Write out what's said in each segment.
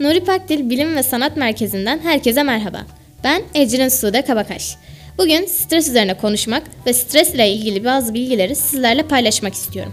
Nuri Pakdil Bilim ve Sanat Merkezi'nden herkese merhaba. Ben Ecrin Sude Kabakaş. Bugün stres üzerine konuşmak ve stres ile ilgili bazı bilgileri sizlerle paylaşmak istiyorum.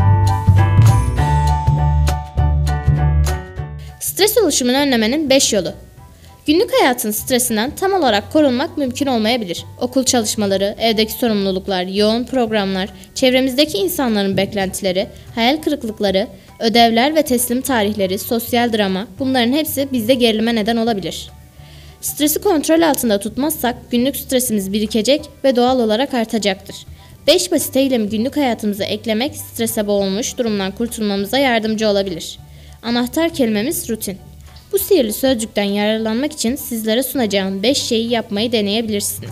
Stres oluşumunu önlemenin 5 yolu. Günlük hayatın stresinden tam olarak korunmak mümkün olmayabilir. Okul çalışmaları, evdeki sorumluluklar, yoğun programlar, çevremizdeki insanların beklentileri, hayal kırıklıkları, ödevler ve teslim tarihleri, sosyal drama, bunların hepsi bizde gerilime neden olabilir. Stresi kontrol altında tutmazsak günlük stresimiz birikecek ve doğal olarak artacaktır. 5 basit eylemi günlük hayatımıza eklemek strese boğulmuş durumdan kurtulmamıza yardımcı olabilir. Anahtar kelimemiz rutin. Bu sihirli sözcükten yararlanmak için sizlere sunacağım 5 şeyi yapmayı deneyebilirsiniz.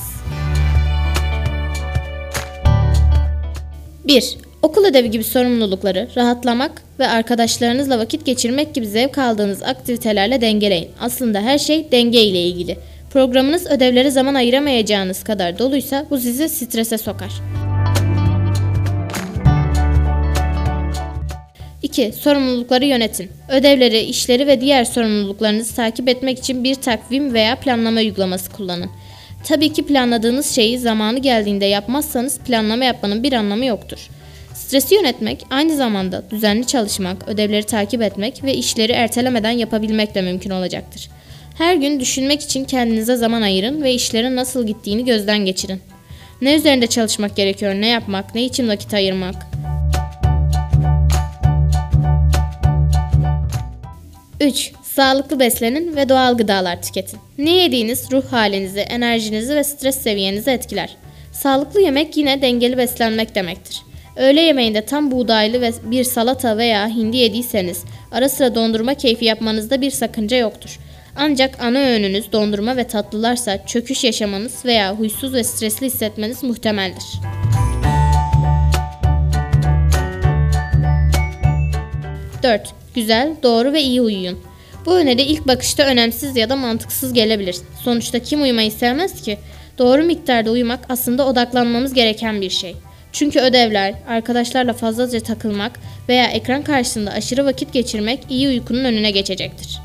1. Okul ödevi gibi sorumlulukları rahatlamak ve arkadaşlarınızla vakit geçirmek gibi zevk aldığınız aktivitelerle dengeleyin. Aslında her şey denge ile ilgili. Programınız ödevlere zaman ayıramayacağınız kadar doluysa bu sizi strese sokar. 2. Sorumlulukları yönetin. Ödevleri, işleri ve diğer sorumluluklarınızı takip etmek için bir takvim veya planlama uygulaması kullanın. Tabii ki planladığınız şeyi zamanı geldiğinde yapmazsanız planlama yapmanın bir anlamı yoktur. Stresi yönetmek aynı zamanda düzenli çalışmak, ödevleri takip etmek ve işleri ertelemeden yapabilmekle mümkün olacaktır. Her gün düşünmek için kendinize zaman ayırın ve işlerin nasıl gittiğini gözden geçirin. Ne üzerinde çalışmak gerekiyor, ne yapmak, ne için vakit ayırmak? 3. Sağlıklı beslenin ve doğal gıdalar tüketin. Ne yediğiniz ruh halinizi, enerjinizi ve stres seviyenizi etkiler. Sağlıklı yemek yine dengeli beslenmek demektir. Öğle yemeğinde tam buğdaylı ve bir salata veya hindi yediyseniz ara sıra dondurma keyfi yapmanızda bir sakınca yoktur. Ancak ana öğününüz dondurma ve tatlılarsa çöküş yaşamanız veya huysuz ve stresli hissetmeniz muhtemeldir. 4. Güzel, doğru ve iyi uyuyun. Bu öneri ilk bakışta önemsiz ya da mantıksız gelebilir. Sonuçta kim uyumayı sevmez ki? Doğru miktarda uyumak aslında odaklanmamız gereken bir şey. Çünkü ödevler, arkadaşlarla fazlaca takılmak veya ekran karşısında aşırı vakit geçirmek iyi uykunun önüne geçecektir.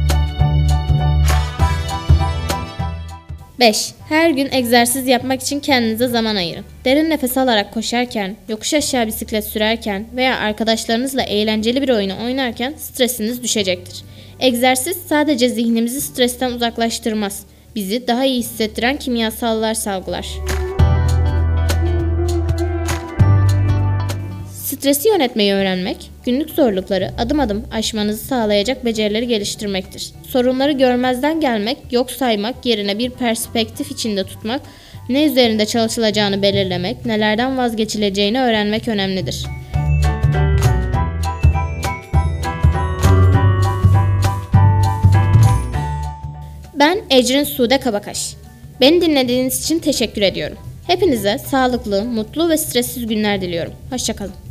5. Her gün egzersiz yapmak için kendinize zaman ayırın. Derin nefes alarak koşarken, yokuş aşağı bisiklet sürerken veya arkadaşlarınızla eğlenceli bir oyunu oynarken stresiniz düşecektir. Egzersiz sadece zihnimizi stresten uzaklaştırmaz. Bizi daha iyi hissettiren kimyasallar salgılar. Stresi yönetmeyi öğrenmek, günlük zorlukları adım adım aşmanızı sağlayacak becerileri geliştirmektir. Sorunları görmezden gelmek, yok saymak yerine bir perspektif içinde tutmak, ne üzerinde çalışılacağını belirlemek, nelerden vazgeçileceğini öğrenmek önemlidir. Ben Ecrin Sude Kabakaş. Beni dinlediğiniz için teşekkür ediyorum. Hepinize sağlıklı, mutlu ve stressiz günler diliyorum. Hoşça kalın.